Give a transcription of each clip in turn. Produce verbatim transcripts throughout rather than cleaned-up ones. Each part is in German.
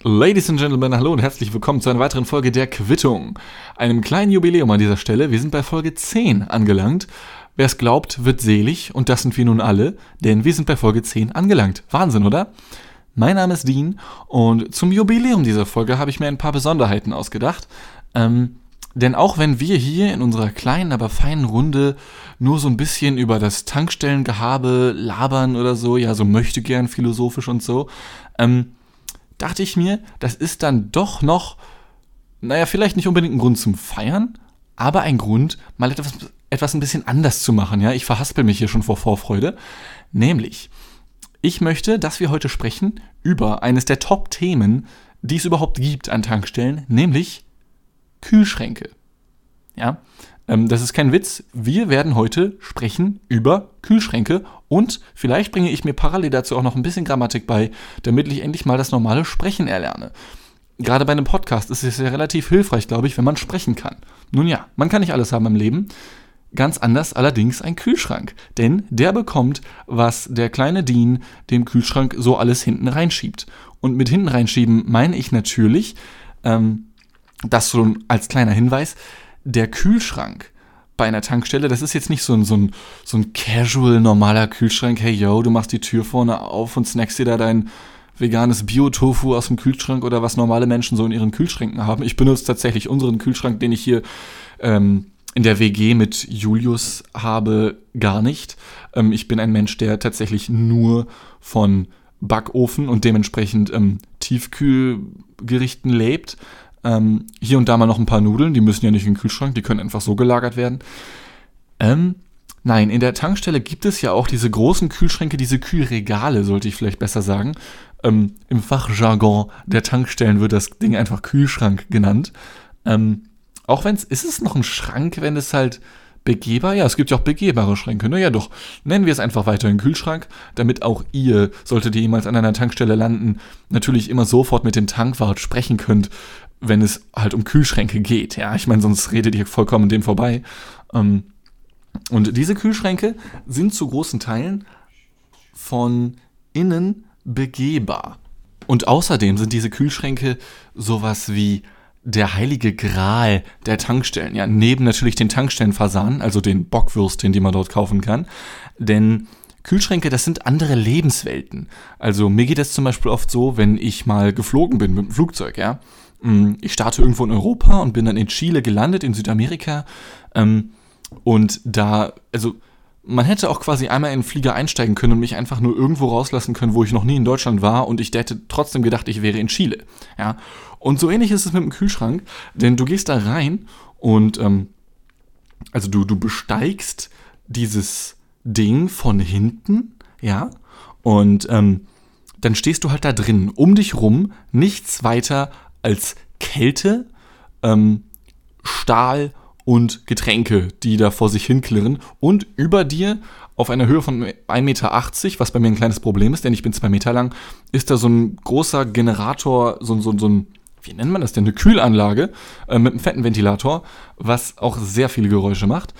Ladies and Gentlemen, hallo und herzlich willkommen zu einer weiteren Folge der Quittung. Einem kleinen Jubiläum an dieser Stelle. Wir sind bei Folge zehn angelangt. Wer es glaubt, wird selig und das sind wir nun alle, denn wir sind bei Folge zehn angelangt. Wahnsinn, oder? Mein Name ist Dean und zum Jubiläum dieser Folge habe ich mir ein paar Besonderheiten ausgedacht. Ähm, denn auch wenn wir hier in unserer kleinen, aber feinen Runde nur so ein bisschen über das Tankstellengehabe labern oder so, ja, so möchte gern philosophisch und so, ähm, dachte ich mir, das ist dann doch noch, naja, vielleicht nicht unbedingt ein Grund zum Feiern, aber ein Grund, mal etwas, etwas ein bisschen anders zu machen, ja. Ich verhaspel mich hier schon vor Vorfreude. Nämlich, ich möchte, dass wir heute sprechen über eines der Top-Themen, die es überhaupt gibt an Tankstellen, nämlich Kühlschränke. Ja, ähm, das ist kein Witz. Wir werden heute sprechen über Kühlschränke und vielleicht bringe ich mir parallel dazu auch noch ein bisschen Grammatik bei, damit ich endlich mal das normale Sprechen erlerne. Gerade bei einem Podcast ist es ja relativ hilfreich, glaube ich, wenn man sprechen kann. Nun ja, man kann nicht alles haben im Leben. Ganz anders allerdings ein Kühlschrank. Denn der bekommt, was der kleine Dean dem Kühlschrank so alles hinten reinschiebt. Und mit hinten reinschieben meine ich natürlich, ähm, das schon als kleiner Hinweis, der Kühlschrank bei einer Tankstelle, das ist jetzt nicht so ein, so ein, so ein casual, normaler Kühlschrank. Hey, yo, du machst die Tür vorne auf und snackst dir da dein veganes Bio-Tofu aus dem Kühlschrank oder was normale Menschen so in ihren Kühlschränken haben. Ich benutze tatsächlich unseren Kühlschrank, den ich hier ähm, in der W G mit Julius habe, gar nicht. Ähm, ich bin ein Mensch, der tatsächlich nur von Backofen und dementsprechend ähm, Tiefkühlgerichten lebt. Ähm, hier und da mal noch ein paar Nudeln, die müssen ja nicht in den Kühlschrank, die können einfach so gelagert werden. Ähm, nein, in der Tankstelle gibt es ja auch diese großen Kühlschränke, diese Kühlregale, sollte ich vielleicht besser sagen. Ähm, im Fachjargon der Tankstellen wird das Ding einfach Kühlschrank genannt. Ähm, auch wenn es, ist es noch ein Schrank, wenn es halt begehbar? Ja, es gibt ja auch begehbare Schränke. Naja doch, nennen wir es einfach weiterhin Kühlschrank, damit auch ihr, solltet ihr jemals an einer Tankstelle landen, natürlich immer sofort mit dem Tankwart sprechen könnt, wenn es halt um Kühlschränke geht. Ja, ich meine, sonst redet ihr vollkommen an dem vorbei. Ähm, und diese Kühlschränke sind zu großen Teilen von innen begehbar. Und außerdem sind diese Kühlschränke sowas wie der heilige Gral der Tankstellen. Ja, neben natürlich den Tankstellenfasanen, also den Bockwürstchen, die man dort kaufen kann. Denn Kühlschränke, das sind andere Lebenswelten. Also mir geht es zum Beispiel oft so, wenn ich mal geflogen bin mit dem Flugzeug, ja. Ich starte irgendwo in Europa und bin dann in Chile gelandet, in Südamerika. Und da, also man hätte auch quasi einmal in den Flieger einsteigen können und mich einfach nur irgendwo rauslassen können, wo ich noch nie in Deutschland war und ich hätte trotzdem gedacht, ich wäre in Chile. Ja. Und so ähnlich ist es mit dem Kühlschrank, denn du gehst da rein und ähm, also du, du besteigst dieses Ding von hinten, ja, und ähm, dann stehst du halt da drin, um dich rum nichts weiter als Kälte, ähm, Stahl und Getränke, die da vor sich hin klirren. Und über dir auf einer Höhe von ein Meter achtzig, was bei mir ein kleines Problem ist, denn ich bin zwei Meter lang, ist da so ein großer Generator, so, so, so ein, wie nennt man das denn, eine Kühlanlage äh, mit einem fetten Ventilator, was auch sehr viele Geräusche macht.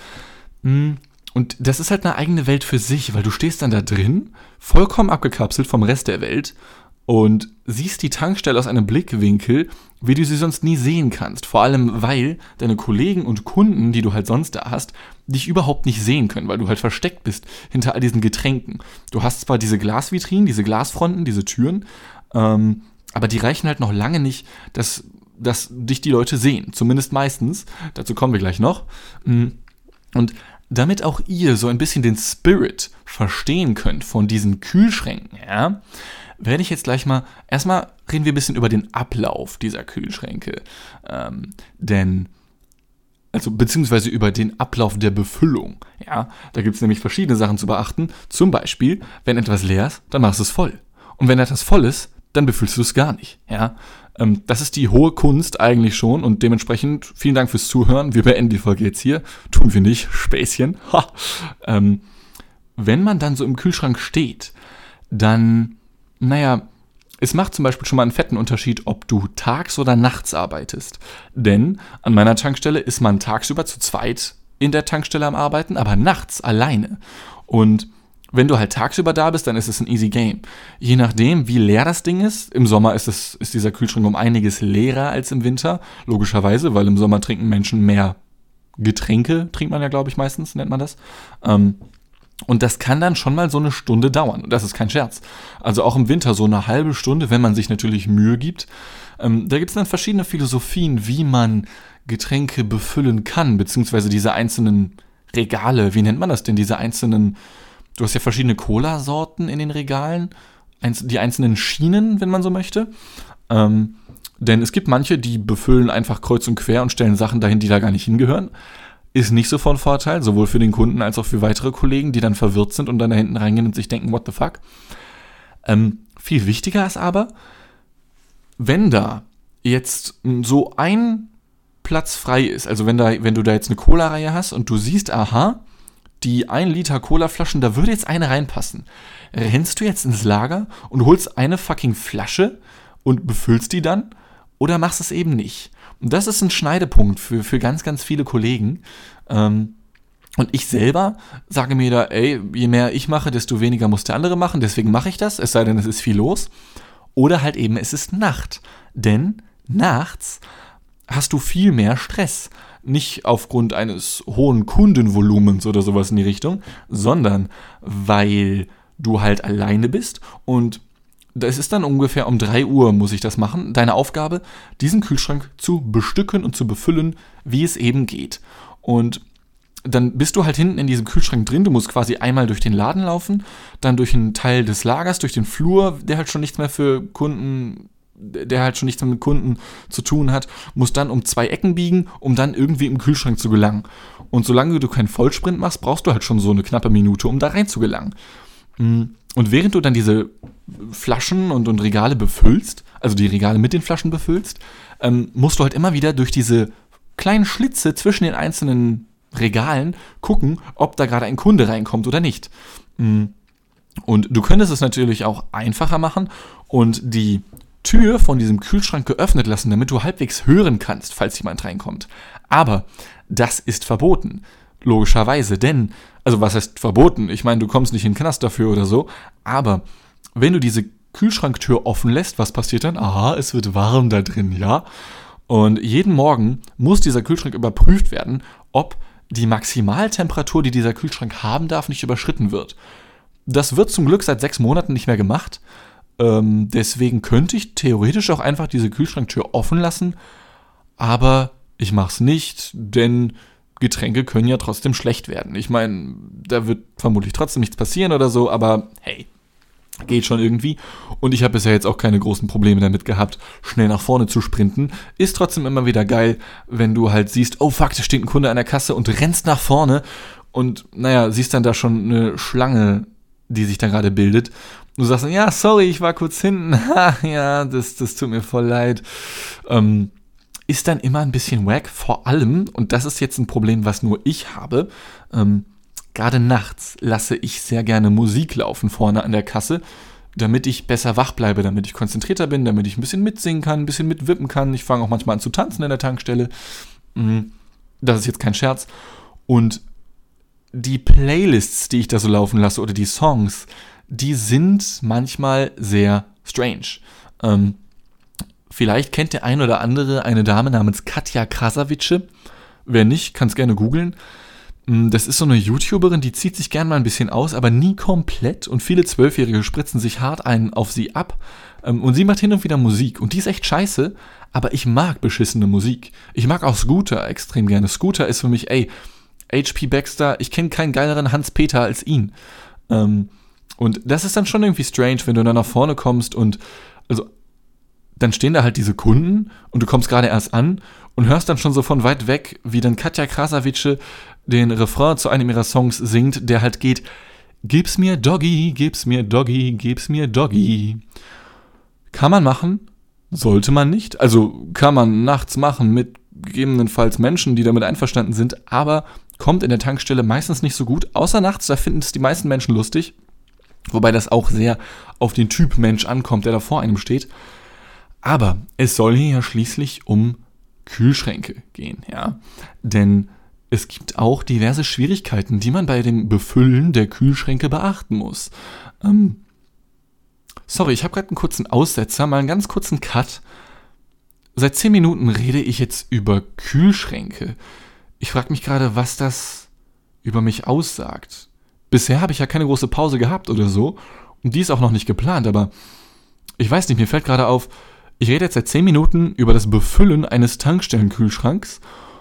Und das ist halt eine eigene Welt für sich, weil du stehst dann da drin, vollkommen abgekapselt vom Rest der Welt, und siehst die Tankstelle aus einem Blickwinkel, wie du sie sonst nie sehen kannst. Vor allem, weil deine Kollegen und Kunden, die du halt sonst da hast, dich überhaupt nicht sehen können, weil du halt versteckt bist hinter all diesen Getränken. Du hast zwar diese Glasvitrinen, diese Glasfronten, diese Türen, ähm, aber die reichen halt noch lange nicht, dass, dass dich die Leute sehen. Zumindest meistens. Dazu kommen wir gleich noch. Und damit auch ihr so ein bisschen den Spirit verstehen könnt von diesen Kühlschränken, ja, werde ich jetzt gleich mal, erstmal reden wir ein bisschen über den Ablauf dieser Kühlschränke. Ähm, denn, also beziehungsweise über den Ablauf der Befüllung. Ja, da gibt es nämlich verschiedene Sachen zu beachten. Zum Beispiel, wenn etwas leer ist, dann machst du es voll. Und wenn etwas voll ist, dann befüllst du es gar nicht. Ja, ähm, das ist die hohe Kunst eigentlich schon und dementsprechend vielen Dank fürs Zuhören. Wir beenden die Folge jetzt hier. Tun wir nicht, Späßchen. Ha. Ähm, wenn man dann so im Kühlschrank steht, dann Naja, es macht zum Beispiel schon mal einen fetten Unterschied, ob du tags oder nachts arbeitest. Denn an meiner Tankstelle ist man tagsüber zu zweit in der Tankstelle am Arbeiten, aber nachts alleine. Und Wenn du halt tagsüber da bist, dann ist es ein easy game. Je nachdem, wie leer das Ding ist, im Sommer ist, es, ist dieser Kühlschrank um einiges leerer als im Winter, logischerweise, weil im Sommer trinken Menschen mehr Getränke, trinkt man ja, glaube ich, meistens, nennt man das. Ähm, und das kann dann schon mal so eine Stunde dauern. Und das ist kein Scherz. Also auch im Winter so eine halbe Stunde, wenn man sich natürlich Mühe gibt. Ähm, da gibt es dann verschiedene Philosophien, wie man Getränke befüllen kann, beziehungsweise diese einzelnen Regale, wie nennt man das denn, diese einzelnen, du hast ja verschiedene Cola-Sorten in den Regalen, die einzelnen Schienen, wenn man so möchte. Ähm, denn es gibt manche, die befüllen einfach kreuz und quer und stellen Sachen dahin, die da gar nicht hingehören. Ist nicht so von Vorteil, sowohl für den Kunden als auch für weitere Kollegen, die dann verwirrt sind und dann da hinten reingehen und sich denken, what the fuck. Ähm, viel wichtiger ist aber, wenn da jetzt so ein Platz frei ist, also wenn, da, wenn du da jetzt eine Cola-Reihe hast und du siehst, aha, die ein Liter Cola-Flaschen, da würde jetzt eine reinpassen. Rennst du jetzt ins Lager und holst eine fucking Flasche und befüllst die dann? Oder machst es eben nicht? Und das ist ein Schneidepunkt für, für ganz, ganz viele Kollegen. Ähm, und ich selber sage mir da, ey, je mehr ich mache, desto weniger muss der andere machen. Deswegen mache ich das, es sei denn, es ist viel los. Oder halt eben, es ist Nacht. Denn nachts hast du viel mehr Stress. Nicht aufgrund eines hohen Kundenvolumens oder sowas in die Richtung, sondern weil du halt alleine bist und es ist dann ungefähr um drei Uhr muss ich das machen. Deine Aufgabe, diesen Kühlschrank zu bestücken und zu befüllen, wie es eben geht. Und dann bist du halt hinten in diesem Kühlschrank drin. Du musst quasi einmal durch den Laden laufen, dann durch einen Teil des Lagers, durch den Flur, der halt schon nichts mehr für Kunden, der halt schon nichts mehr mit Kunden zu tun hat, musst dann um zwei Ecken biegen, um dann irgendwie im Kühlschrank zu gelangen. Und solange du keinen Vollsprint machst, brauchst du halt schon so eine knappe Minute, um da rein zu gelangen. Und während du dann diese Flaschen und, und Regale befüllst, also die Regale mit den Flaschen befüllst, ähm, musst du halt immer wieder durch diese kleinen Schlitze zwischen den einzelnen Regalen gucken, ob da gerade ein Kunde reinkommt oder nicht. Und du könntest es natürlich auch einfacher machen und die Tür von diesem Kühlschrank geöffnet lassen, damit du halbwegs hören kannst, falls jemand reinkommt. Aber das ist verboten, logischerweise, denn, also was heißt verboten? Ich meine, du kommst nicht in den Knast dafür oder so, aber wenn du diese Kühlschranktür offen lässt, was passiert dann? Aha, es wird warm da drin, ja? Und jeden Morgen muss dieser Kühlschrank überprüft werden, ob die Maximaltemperatur, die dieser Kühlschrank haben darf, nicht überschritten wird. Das wird zum Glück seit sechs Monaten nicht mehr gemacht. Ähm, deswegen könnte ich theoretisch auch einfach diese Kühlschranktür offen lassen, aber ich mache es nicht, denn Getränke können ja trotzdem schlecht werden. Ich meine, da wird vermutlich trotzdem nichts passieren oder so, aber hey, geht schon irgendwie. Und ich habe bisher jetzt auch keine großen Probleme damit gehabt, schnell nach vorne zu sprinten. Ist trotzdem immer wieder geil, wenn du halt siehst, oh fuck, da steht ein Kunde an der Kasse und rennst nach vorne und naja, siehst dann da schon eine Schlange, die sich da gerade bildet. Du sagst dann, ja, sorry, ich war kurz hinten. ja, das, das tut mir voll leid. Ähm, ist dann immer ein bisschen wack, vor allem, und das ist jetzt ein Problem, was nur ich habe, ähm, gerade nachts lasse ich sehr gerne Musik laufen vorne an der Kasse, damit ich besser wach bleibe, damit ich konzentrierter bin, damit ich ein bisschen mitsingen kann, ein bisschen mitwippen kann. Ich fange auch manchmal an zu tanzen in der Tankstelle. Das ist jetzt kein Scherz. Und die Playlists, die ich da so laufen lasse, oder die Songs, die sind manchmal sehr strange. Ähm, vielleicht kennt der ein oder andere eine Dame namens Katja Krasavice. Wer nicht, kann es gerne googeln. Das ist so eine YouTuberin, die zieht sich gern mal ein bisschen aus, aber nie komplett. Und viele Zwölfjährige spritzen sich hart einen auf sie ab. Und sie macht hin und wieder Musik. Und die ist echt scheiße, aber ich mag beschissene Musik. Ich mag auch Scooter extrem gerne. Scooter ist für mich, ey, H P Baxter, ich kenne keinen geileren Hans-Peter als ihn. Ähm, und das ist dann schon irgendwie strange, wenn du dann nach vorne kommst und also dann stehen da halt diese Kunden und du kommst gerade erst an und hörst dann schon so von weit weg, wie dann Katja Krasavice den Refrain zu einem ihrer Songs singt, der halt geht, gib's mir Doggy, gib's mir Doggy, gib's mir Doggy. Kann man machen, sollte man nicht. Also kann man nachts machen mit gegebenenfalls Menschen, die damit einverstanden sind, aber kommt in der Tankstelle meistens nicht so gut, außer nachts, da finden es die meisten Menschen lustig, wobei das auch sehr auf den Typ Mensch ankommt, der da vor einem steht. Aber es soll hier ja schließlich um Kühlschränke gehen, ja, denn es gibt auch diverse Schwierigkeiten, die man bei dem Befüllen der Kühlschränke beachten muss. Ähm, sorry, ich habe gerade einen kurzen Aussetzer, mal einen ganz kurzen Cut. Seit zehn Minuten rede ich jetzt über Kühlschränke. Ich frage mich gerade, was das über mich aussagt. Bisher habe ich ja keine große Pause gehabt oder so und die ist auch noch nicht geplant, aber ich weiß nicht, mir fällt gerade auf, ich rede jetzt seit zehn Minuten über das Befüllen eines Tankstellenkühlschranks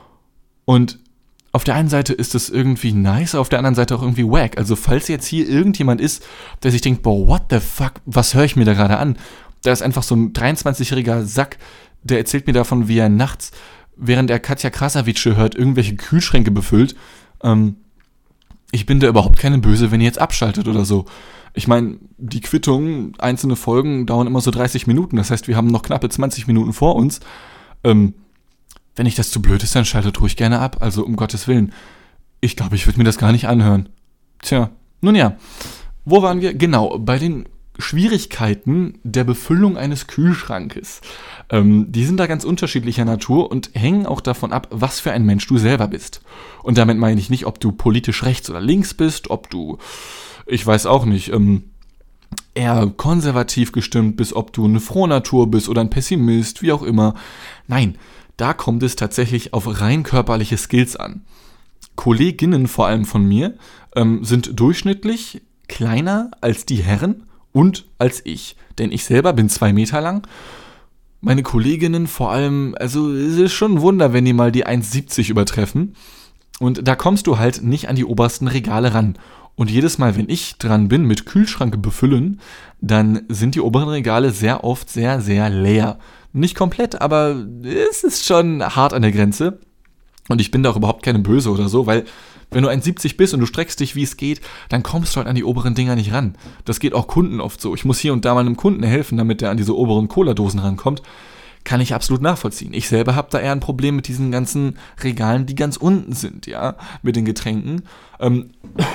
und auf der einen Seite ist es irgendwie nice, auf der anderen Seite auch irgendwie wack. Also falls jetzt hier irgendjemand ist, der sich denkt, boah, what the fuck, was höre ich mir da gerade an? Da ist einfach so ein dreiundzwanzigjähriger Sack, der erzählt mir davon, wie er nachts, während er Katja Krasavice hört, irgendwelche Kühlschränke befüllt. Ähm, ich bin da überhaupt keine Böse, wenn ihr jetzt abschaltet oder so. Ich meine, die Quittungen, einzelne Folgen dauern immer so dreißig Minuten. Das heißt, wir haben noch knappe zwanzig Minuten vor uns. Ähm, wenn ich das zu blöd ist, dann schaltet ruhig gerne ab. Also um Gottes Willen. Ich glaube, ich würde mir das gar nicht anhören. Tja, nun ja. Wo waren wir? Genau, bei den Schwierigkeiten der Befüllung eines Kühlschrankes. Ähm, die sind da ganz unterschiedlicher Natur und hängen auch davon ab, was für ein Mensch du selber bist. Und damit meine ich nicht, ob du politisch rechts oder links bist, ob du, ich weiß auch nicht, ähm, eher konservativ gestimmt bist, ob du eine Frohnatur bist oder ein Pessimist, wie auch immer. Nein, da kommt es tatsächlich auf rein körperliche Skills an. Kolleginnen vor allem von mir ähm, sind durchschnittlich kleiner als die Herren und als ich. Denn ich selber bin zwei Meter lang. Meine Kolleginnen vor allem, also es ist schon ein Wunder, wenn die mal die eins siebzig übertreffen. Und da kommst du halt nicht an die obersten Regale ran. Und jedes Mal, wenn ich dran bin mit Kühlschrank befüllen, dann sind die oberen Regale sehr oft sehr, sehr leer. Nicht komplett, aber es ist schon hart an der Grenze. Und ich bin da auch überhaupt keine Böse oder so, weil wenn du eins siebzig bist und du streckst dich, wie es geht, dann kommst du halt an die oberen Dinger nicht ran. Das geht auch Kunden oft so. Ich muss hier und da mal einem Kunden helfen, damit der an diese oberen Cola-Dosen rankommt. Kann ich absolut nachvollziehen. Ich selber habe da eher ein Problem mit diesen ganzen Regalen, die ganz unten sind, ja, mit den Getränken. Ähm,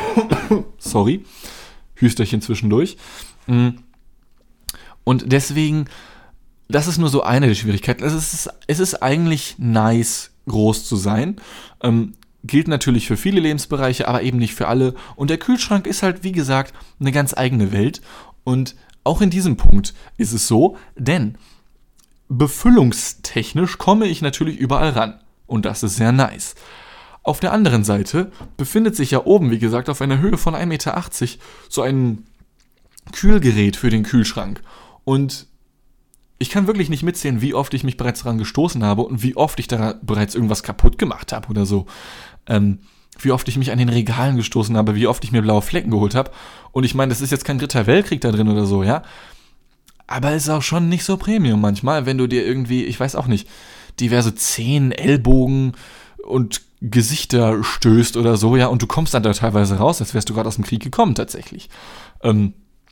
sorry, Hüsterchen zwischendurch. Und deswegen, das ist nur so eine der Schwierigkeiten. Es ist, es ist eigentlich nice, groß zu sein. Ähm, gilt natürlich für viele Lebensbereiche, aber eben nicht für alle. Und der Kühlschrank ist halt, wie gesagt, eine ganz eigene Welt. Und auch in diesem Punkt ist es so, denn befüllungstechnisch komme ich natürlich überall ran. Und das ist sehr nice. Auf der anderen Seite befindet sich ja oben, wie gesagt, auf einer Höhe von ein Meter achtzig so ein Kühlgerät für den Kühlschrank. Und ich kann wirklich nicht mitzählen, wie oft ich mich bereits daran gestoßen habe und wie oft ich da bereits irgendwas kaputt gemacht habe oder so. Ähm, wie oft ich mich an den Regalen gestoßen habe, wie oft ich mir blaue Flecken geholt habe. Und ich meine, das ist jetzt kein dritter Weltkrieg da drin oder so, ja. Aber es ist auch schon nicht so Premium manchmal, wenn du dir irgendwie, ich weiß auch nicht, diverse Zehen, Ellbogen und Gesichter stößt oder so, ja. Und du kommst dann da teilweise raus, als wärst du gerade aus dem Krieg gekommen tatsächlich. Ähm,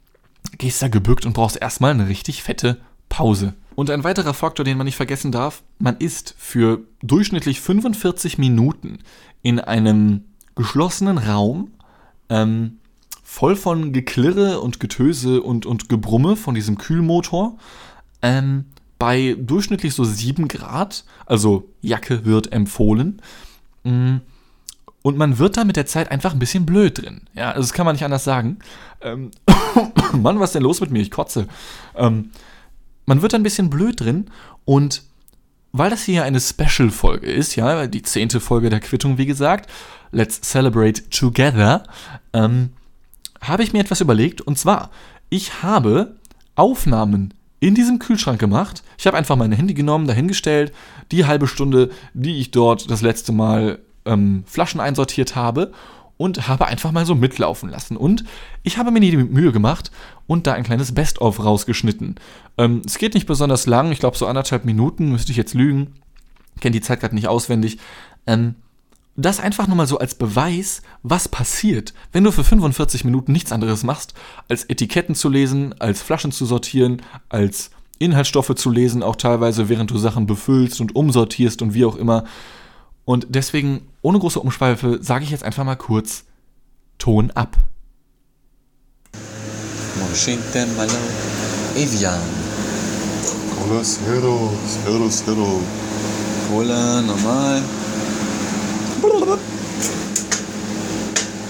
gehst da gebückt und brauchst erstmal eine richtig fette Pause. Und ein weiterer Faktor, den man nicht vergessen darf, man ist für durchschnittlich fünfundvierzig Minuten in einem geschlossenen Raum, ähm, voll von Geklirre und Getöse und, und Gebrumme von diesem Kühlmotor, ähm, bei durchschnittlich so sieben Grad, also Jacke wird empfohlen, mh, und man wird da mit der Zeit einfach ein bisschen blöd drin. Ja, also das kann man nicht anders sagen. Ähm, Mann, was ist denn los mit mir? Ich kotze. Ähm, Man wird ein bisschen blöd drin und weil das hier eine Special-Folge ist, ja, die zehnte Folge der Quittung, wie gesagt, Let's Celebrate Together, ähm, habe ich mir etwas überlegt und zwar, ich habe Aufnahmen in diesem Kühlschrank gemacht. Ich habe einfach mein Handy genommen, dahingestellt, die halbe Stunde, die ich dort das letzte Mal ähm, Flaschen einsortiert habe und habe einfach mal so mitlaufen lassen. Und ich habe mir die Mühe gemacht und da ein kleines Best-of rausgeschnitten. Ähm, es geht nicht besonders lang, ich glaube so anderthalb Minuten, müsste ich jetzt lügen. Ich kenne die Zeit gerade nicht auswendig. Ähm, das einfach nur mal so als Beweis, was passiert, wenn du für fünfundvierzig Minuten nichts anderes machst, als Etiketten zu lesen, als Flaschen zu sortieren, als Inhaltsstoffe zu lesen, auch teilweise während du Sachen befüllst und umsortierst und wie auch immer. Und deswegen, ohne große Umschweife, sage ich jetzt einfach mal kurz Ton ab. Moschinte Malo Evian. Cola Zero, Zero, Zero. Cola normal.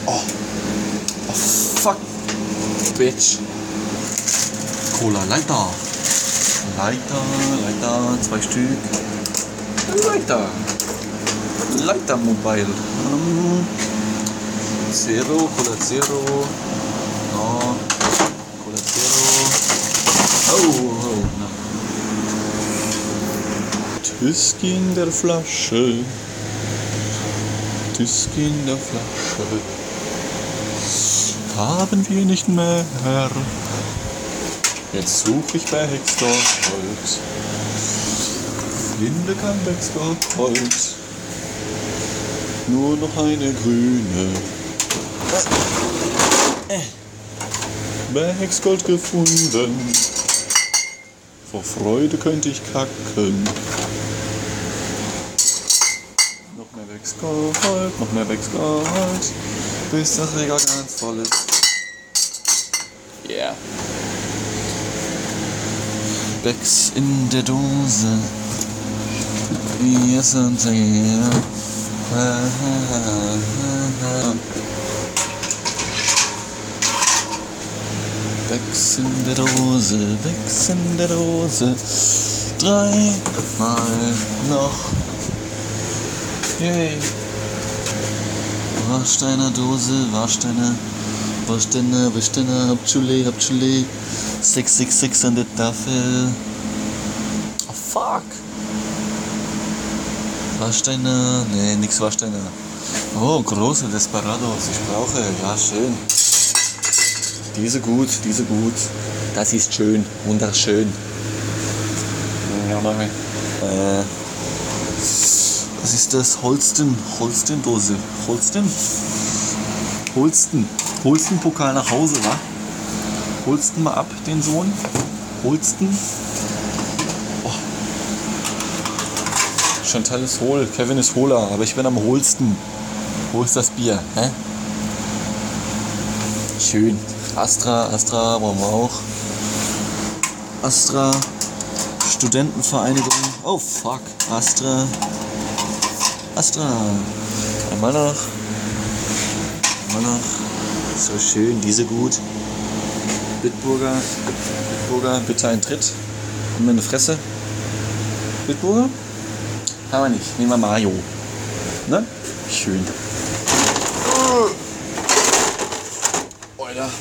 Oh. Oh, fuck. Bitch. Cola Leiter. Leiter, Leiter, zwei Stück. Leiter. Leiter Mobile. Um, Zero, Cola Zero. No. Cola Zero. Oh, oh, no. Whisky in der Flasche. Whisky in der Flasche. Haben wir nicht mehr. Jetzt suche ich bei Hexgold. Finde kein Hexgold. Nur noch eine grüne. Bei Hexgold gefunden. Vor Freude könnte ich kacken. Noch mehr Hexgold, noch mehr Hexgold. Bis das Regal ganz voll ist. Yeah. Becks in der Dose. Wir sind hier. Becks in der Dose, Becks in der Dose. Dreimal noch. Yay. Warsteiner Dose, Warsteiner. Warsteiner, Warsteiner, hab Chule, hab Chule. six six six an der Tafel. Oh fuck. Warsteiner, nee, nix Warsteiner. Oh, große Desperados, ich brauche, ja schön. Diese gut, diese gut. Das ist schön, wunderschön. Ja, nein. Äh, was ist das? Holsten, Holsten-Dose. Holsten? Holsten. Holsten-Pokal nach Hause, wa? Holsten mal ab, den Sohn. Holsten. Oh. Chantal ist hohl, Kevin ist hohler, aber ich bin am hohlsten. Wo ist das Bier? Hä? Schön. Astra, Astra brauchen wir auch. Astra, Studentenvereinigung. Oh fuck, Astra. Astra. Einmal noch. Einmal noch. So schön, diese gut. Bitburger. Bitburger, bitte einen Tritt. Nimm mir eine Fresse. Bitburger? Haben wir nicht. Nehmen wir Mayo. Ne? Schön. Alter.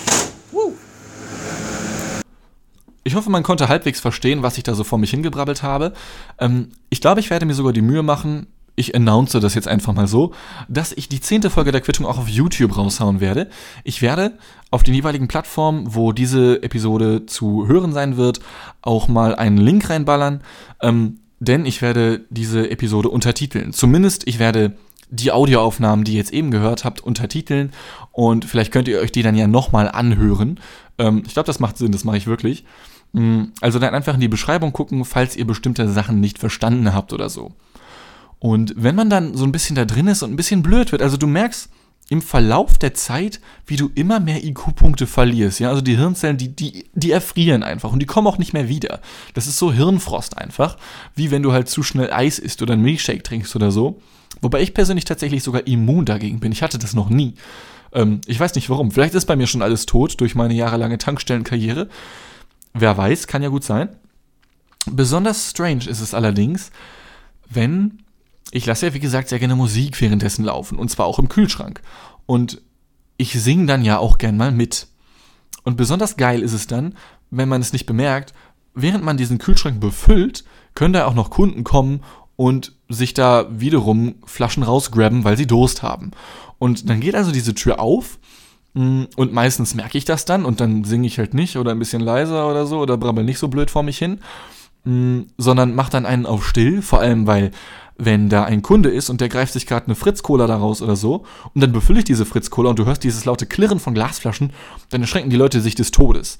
Ich hoffe, man konnte halbwegs verstehen, was ich da so vor mich hingebrabbelt habe. Ähm, ich glaube, ich werde mir sogar die Mühe machen, ich announce das jetzt einfach mal so, dass ich die zehnte Folge der Quittung auch auf YouTube raushauen werde. Ich werde auf den jeweiligen Plattformen, wo diese Episode zu hören sein wird, auch mal einen Link reinballern, ähm, denn ich werde diese Episode untertiteln. Zumindest ich werde die Audioaufnahmen, die ihr jetzt eben gehört habt, untertiteln und vielleicht könnt ihr euch die dann ja nochmal anhören. Ähm, ich glaube, das macht Sinn, das mache ich wirklich. Also dann einfach in die Beschreibung gucken, falls ihr bestimmte Sachen nicht verstanden habt oder so. Und wenn man dann so ein bisschen da drin ist und ein bisschen blöd wird, also du merkst im Verlauf der Zeit, wie du immer mehr I Q-Punkte verlierst. Ja, also die Hirnzellen, die, die, die erfrieren einfach und die kommen auch nicht mehr wieder. Das ist so Hirnfrost einfach, wie wenn du halt zu schnell Eis isst oder einen Milchshake trinkst oder so. Wobei ich persönlich tatsächlich sogar immun dagegen bin. Ich hatte das noch nie. Ähm, ich weiß nicht warum. Vielleicht ist bei mir schon alles tot durch meine jahrelange Tankstellenkarriere. Wer weiß, kann ja gut sein. Besonders strange ist es allerdings, wenn, ich lasse ja wie gesagt sehr gerne Musik währenddessen laufen und zwar auch im Kühlschrank. Und ich singe dann ja auch gern mal mit. Und besonders geil ist es dann, wenn man es nicht bemerkt, während man diesen Kühlschrank befüllt, können da auch noch Kunden kommen und sich da wiederum Flaschen rausgrabben, weil sie Durst haben. Und dann geht also diese Tür auf. Und meistens merke ich das dann und dann singe ich halt nicht oder ein bisschen leiser oder so oder brabbel nicht so blöd vor mich hin, sondern mach dann einen auf still, vor allem weil, wenn da ein Kunde ist und der greift sich gerade eine Fritz-Cola daraus oder so und dann befülle ich diese Fritz-Cola und du hörst dieses laute Klirren von Glasflaschen, dann erschrecken die Leute sich des Todes.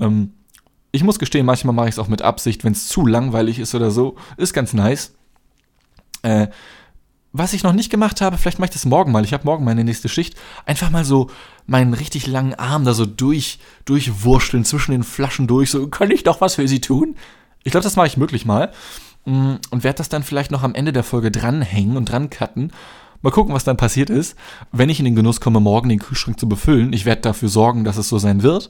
Ich muss gestehen, manchmal mache ich es auch mit Absicht, wenn es zu langweilig ist oder so, ist ganz nice. Äh, Was ich noch nicht gemacht habe, vielleicht mache ich das morgen mal, ich habe morgen meine nächste Schicht, einfach mal so meinen richtig langen Arm da so durch, durchwurschteln, zwischen den Flaschen durch, so, kann ich doch was für Sie tun? Ich glaube, das mache ich möglich mal und werde das dann vielleicht noch am Ende der Folge dranhängen und dran cutten Mal gucken, was dann passiert ist, wenn ich in den Genuss komme, morgen den Kühlschrank zu befüllen. Ich werde dafür sorgen, dass es so sein wird.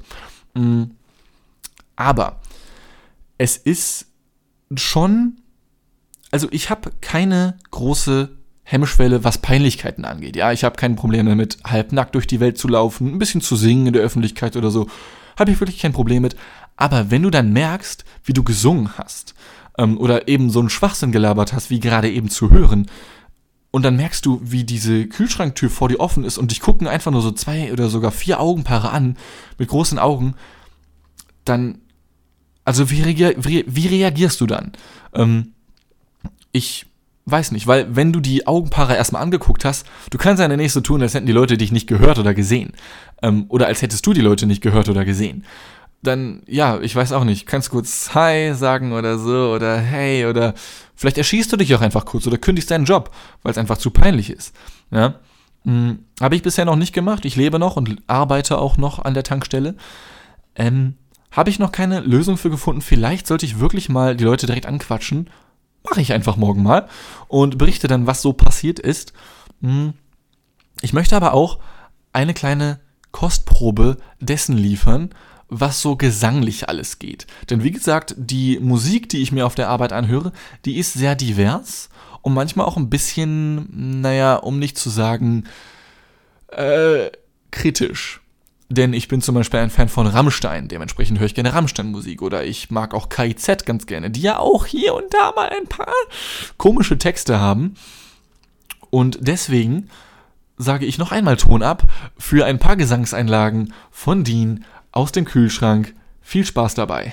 Aber es ist schon, also ich habe keine große Hemmschwelle, was Peinlichkeiten angeht. Ja, ich habe kein Problem damit, halbnackt durch die Welt zu laufen, ein bisschen zu singen in der Öffentlichkeit oder so. Habe ich wirklich kein Problem mit. Aber wenn du dann merkst, wie du gesungen hast ähm, oder eben so einen Schwachsinn gelabert hast, wie gerade eben zu hören, und dann merkst du, wie diese Kühlschranktür vor dir offen ist und dich gucken einfach nur so zwei oder sogar vier Augenpaare an, mit großen Augen, dann, also wie, reagier, wie, wie reagierst du dann? Ähm, ich weiß nicht, weil wenn du die Augenpaare erstmal angeguckt hast, du kannst ja nicht so tun, als hätten die Leute dich nicht gehört oder gesehen. Ähm, oder als hättest du die Leute nicht gehört oder gesehen. Dann, ja, ich weiß auch nicht, kannst kurz Hi sagen oder so oder Hey oder vielleicht erschießt du dich auch einfach kurz oder kündigst deinen Job, weil es einfach zu peinlich ist. Ja? Hm, habe ich bisher noch nicht gemacht, ich lebe noch und arbeite auch noch an der Tankstelle. Ähm, habe ich noch keine Lösung für gefunden, vielleicht sollte ich wirklich mal die Leute direkt anquatschen, mache ich einfach morgen mal und berichte dann, was so passiert ist. Hm, ich möchte aber auch eine kleine Kostprobe dessen liefern, was so gesanglich alles geht. Denn wie gesagt, die Musik, die ich mir auf der Arbeit anhöre, die ist sehr divers und manchmal auch ein bisschen, naja, um nicht zu sagen, äh, kritisch. Denn ich bin zum Beispiel ein Fan von Rammstein, dementsprechend höre ich gerne Rammstein-Musik. Oder ich mag auch K I Z ganz gerne, die ja auch hier und da mal ein paar komische Texte haben. Und deswegen sage ich noch einmal Ton ab für ein paar Gesangseinlagen von Dean aus dem Kühlschrank. Viel Spaß dabei.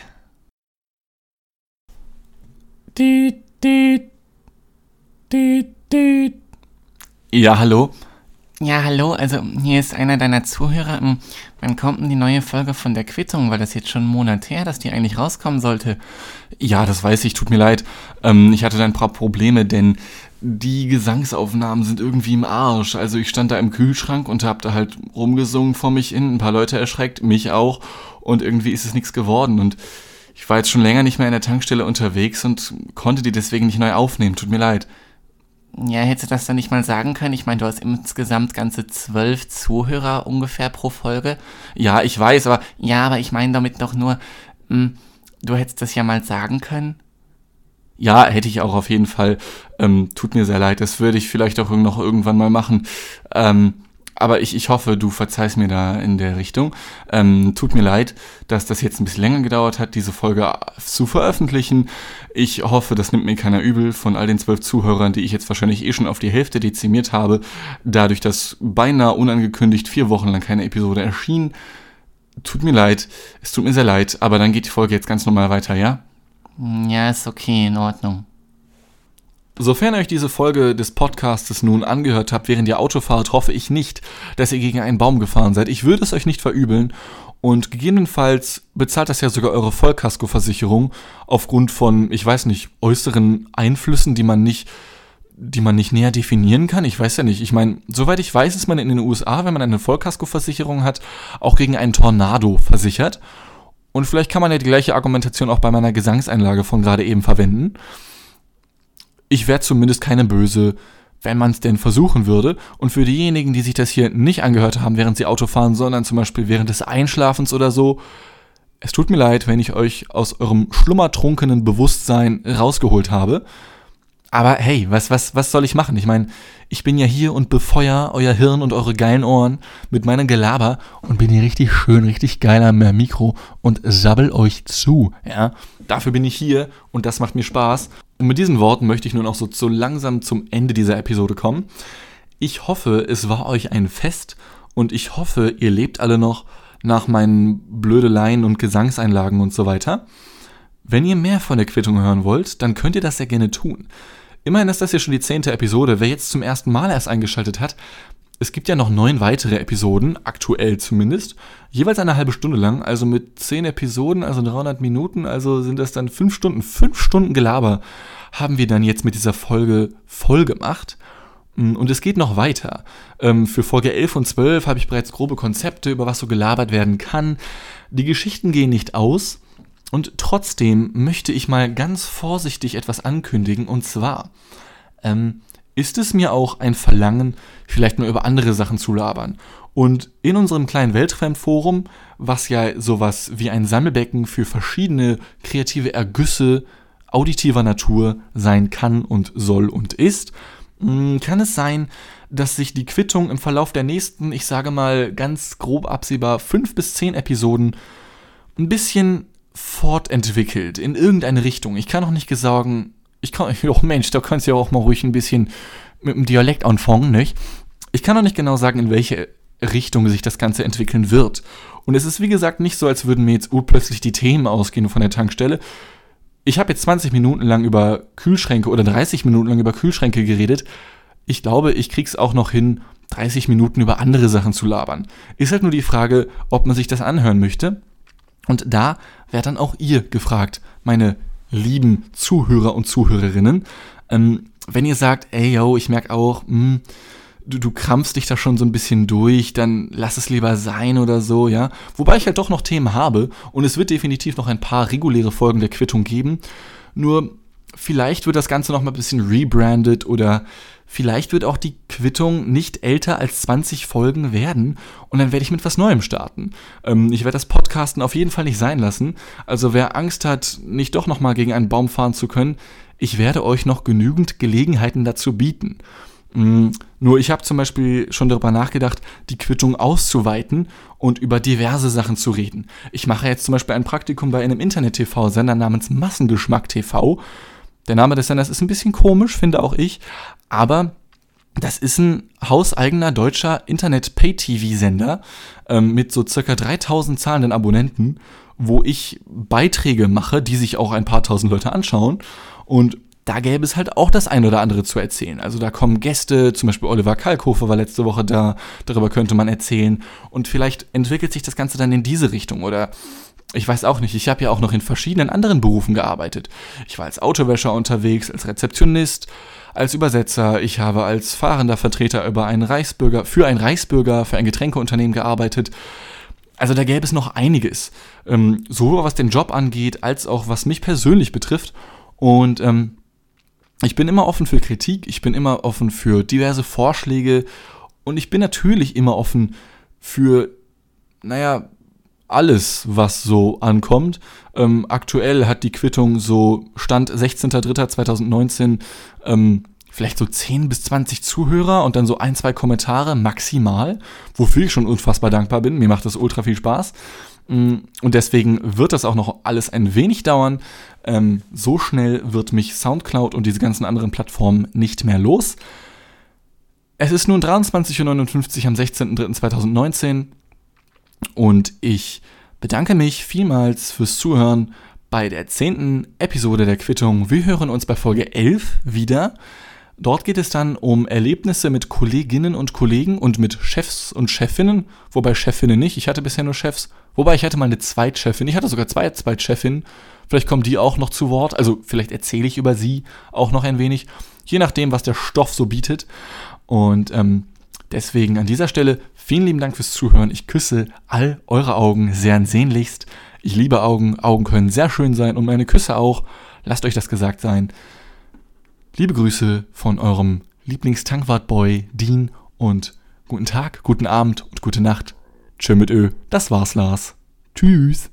Düt, düt, düt, düt. Ja, hallo? Ja, hallo, also hier ist einer deiner Zuhörer. Hm, Wann kommt denn die neue Folge von der Quittung? Weil das jetzt schon einen Monat her, dass die eigentlich rauskommen sollte. Ja, das weiß ich, tut mir leid. Ähm, ich hatte da ein paar Probleme, denn die Gesangsaufnahmen sind irgendwie im Arsch. Also ich stand da im Kühlschrank und hab da halt rumgesungen vor mich hin, ein paar Leute erschreckt, mich auch. Und irgendwie ist es nichts geworden. Und ich war jetzt schon länger nicht mehr in der Tankstelle unterwegs und konnte die deswegen nicht neu aufnehmen. Tut mir leid. Ja, hättest du das dann nicht mal sagen können? Ich meine, du hast insgesamt ganze zwölf Zuhörer ungefähr pro Folge. Ja, ich weiß, aber... Ja, aber ich meine damit doch nur, mh, du hättest das ja mal sagen können. Ja, hätte ich auch auf jeden Fall. Ähm, tut mir sehr leid, das würde ich vielleicht auch noch irgendwann mal machen. Ähm, aber ich, ich hoffe, du verzeihst mir da in der Richtung. Ähm, tut mir leid, dass das jetzt ein bisschen länger gedauert hat, diese Folge zu veröffentlichen. Ich hoffe, das nimmt mir keiner übel von all den zwölf Zuhörern, die ich jetzt wahrscheinlich eh schon auf die Hälfte dezimiert habe, dadurch, dass beinahe unangekündigt vier Wochen lang keine Episode erschien. Tut mir leid, es tut mir sehr leid, aber dann geht die Folge jetzt ganz normal weiter, ja? Ja, ist okay, in Ordnung. Sofern ihr euch diese Folge des Podcastes nun angehört habt, während ihr Auto fahrt, hoffe ich nicht, dass ihr gegen einen Baum gefahren seid. Ich würde es euch nicht verübeln und gegebenenfalls bezahlt das ja sogar eure Vollkaskoversicherung aufgrund von, ich weiß nicht, äußeren Einflüssen, die man nicht, die man nicht näher definieren kann. Ich weiß ja nicht. Ich meine, soweit ich weiß, ist man in den U S A, wenn man eine Vollkaskoversicherung hat, auch gegen einen Tornado versichert. Und vielleicht kann man ja die gleiche Argumentation auch bei meiner Gesangseinlage von gerade eben verwenden. Ich wäre zumindest keine Böse, wenn man es denn versuchen würde. Und für diejenigen, die sich das hier nicht angehört haben, während sie Auto fahren, sondern zum Beispiel während des Einschlafens oder so, es tut mir leid, wenn ich euch aus eurem schlummertrunkenen Bewusstsein rausgeholt habe. Aber hey, was, was, was soll ich machen? Ich meine, ich bin ja hier und befeuer euer Hirn und eure geilen Ohren mit meinem Gelaber und bin hier richtig schön, richtig geil am Mikro und sabbel euch zu. Ja, dafür bin ich hier und das macht mir Spaß. Und mit diesen Worten möchte ich nun auch so, so langsam zum Ende dieser Episode kommen. Ich hoffe, es war euch ein Fest und ich hoffe, ihr lebt alle noch nach meinen Blödeleien und Gesangseinlagen und so weiter. Wenn ihr mehr von der Quittung hören wollt, dann könnt ihr das sehr gerne tun. Immerhin ist das ja schon die zehnte Episode. Wer jetzt zum ersten Mal erst eingeschaltet hat, es gibt ja noch neun weitere Episoden, aktuell zumindest, jeweils eine halbe Stunde lang, also mit zehn Episoden, also dreihundert Minuten, also sind das dann fünf Stunden, fünf Stunden Gelaber haben wir dann jetzt mit dieser Folge voll gemacht. Und es geht noch weiter. Für Folge elf und zwölf habe ich bereits grobe Konzepte, über was so gelabert werden kann. Die Geschichten gehen nicht aus. Und trotzdem möchte ich mal ganz vorsichtig etwas ankündigen, und zwar, ähm, ist es mir auch ein Verlangen, vielleicht mal über andere Sachen zu labern. Und in unserem kleinen Weltfremd-Forum, was ja sowas wie ein Sammelbecken für verschiedene kreative Ergüsse auditiver Natur sein kann und soll und ist, kann es sein, dass sich die Quittung im Verlauf der nächsten, ich sage mal ganz grob absehbar, fünf bis zehn Episoden ein bisschen fortentwickelt in irgendeine Richtung. Ich kann auch nicht sagen, ich kann, oh Mensch, da kannst du ja auch mal ruhig ein bisschen mit dem Dialekt anfangen, nicht? Ich kann auch nicht genau sagen, in welche Richtung sich das Ganze entwickeln wird. Und es ist wie gesagt nicht so, als würden mir jetzt urplötzlich die Themen ausgehen von der Tankstelle. Ich habe jetzt zwanzig Minuten lang über Kühlschränke oder dreißig Minuten lang über Kühlschränke geredet. Ich glaube, ich krieg's auch noch hin, dreißig Minuten über andere Sachen zu labern. Ist halt nur die Frage, ob man sich das anhören möchte. Und da wäre dann auch ihr gefragt, meine lieben Zuhörer und Zuhörerinnen. Ähm, wenn ihr sagt, ey, yo, ich merke auch, mh, du, du krampfst dich da schon so ein bisschen durch, dann lass es lieber sein oder so, ja. Wobei ich halt doch noch Themen habe und es wird definitiv noch ein paar reguläre Folgen der Quittung geben. Nur vielleicht wird das Ganze noch mal ein bisschen rebrandet oder vielleicht wird auch die Quittung nicht älter als zwanzig Folgen werden und dann werde ich mit was Neuem starten. Ähm, ich werde das Podcasten auf jeden Fall nicht sein lassen. Also wer Angst hat, nicht doch noch mal gegen einen Baum fahren zu können, ich werde euch noch genügend Gelegenheiten dazu bieten. Mm, nur ich habe zum Beispiel schon darüber nachgedacht, die Quittung auszuweiten und über diverse Sachen zu reden. Ich mache jetzt zum Beispiel ein Praktikum bei einem Internet-T V-Sender namens Massengeschmack T V. Der Name des Senders ist ein bisschen komisch, finde auch ich, aber das ist ein hauseigener deutscher Internet-Pay-T V-Sender ähm, mit so circa dreitausend zahlenden Abonnenten, wo ich Beiträge mache, die sich auch ein paar tausend Leute anschauen und da gäbe es halt auch das ein oder andere zu erzählen. Also da kommen Gäste, zum Beispiel Oliver Kalkofe war letzte Woche da, darüber könnte man erzählen und vielleicht entwickelt sich das Ganze dann in diese Richtung oder ich weiß auch nicht, ich habe ja auch noch in verschiedenen anderen Berufen gearbeitet. Ich war als Autowäscher unterwegs, als Rezeptionist, als Übersetzer, ich habe als fahrender Vertreter über einen Reichsbürger, für einen Reichsbürger, für ein Getränkeunternehmen gearbeitet. Also da gäbe es noch einiges, ähm, sowohl was den Job angeht, als auch was mich persönlich betrifft und ähm, ich bin immer offen für Kritik, ich bin immer offen für diverse Vorschläge und ich bin natürlich immer offen für, naja, alles, was so ankommt. Ähm, aktuell hat die Quittung so Stand sechzehnter dritter zweitausendneunzehn ähm, vielleicht so zehn bis zwanzig Zuhörer und dann so ein, zwei Kommentare maximal, wofür ich schon unfassbar dankbar bin. Mir macht das ultra viel Spaß. Und deswegen wird das auch noch alles ein wenig dauern. Ähm, so schnell wird mich Soundcloud und diese ganzen anderen Plattformen nicht mehr los. Es ist nun dreiundzwanzig Uhr neunundfünfzig am sechzehnter dritter zweitausendneunzehn und ich bedanke mich vielmals fürs Zuhören bei der zehnten Episode der Quittung. Wir hören uns bei Folge elf wieder. Dort geht es dann um Erlebnisse mit Kolleginnen und Kollegen und mit Chefs und Chefinnen, wobei Chefinnen nicht, ich hatte bisher nur Chefs, wobei ich hatte mal eine Zweitchefin, ich hatte sogar zwei Zweitchefinnen, vielleicht kommen die auch noch zu Wort, also vielleicht erzähle ich über sie auch noch ein wenig, je nachdem, was der Stoff so bietet und ähm, deswegen an dieser Stelle vielen lieben Dank fürs Zuhören, ich küsse all eure Augen sehr ansehnlichst, ich liebe Augen, Augen können sehr schön sein und meine Küsse auch, lasst euch das gesagt sein. Liebe Grüße von eurem Lieblingstankwart-Boy Dean und guten Tag, guten Abend und gute Nacht. Tschö mit Ö, das war's, Lars. Tschüss.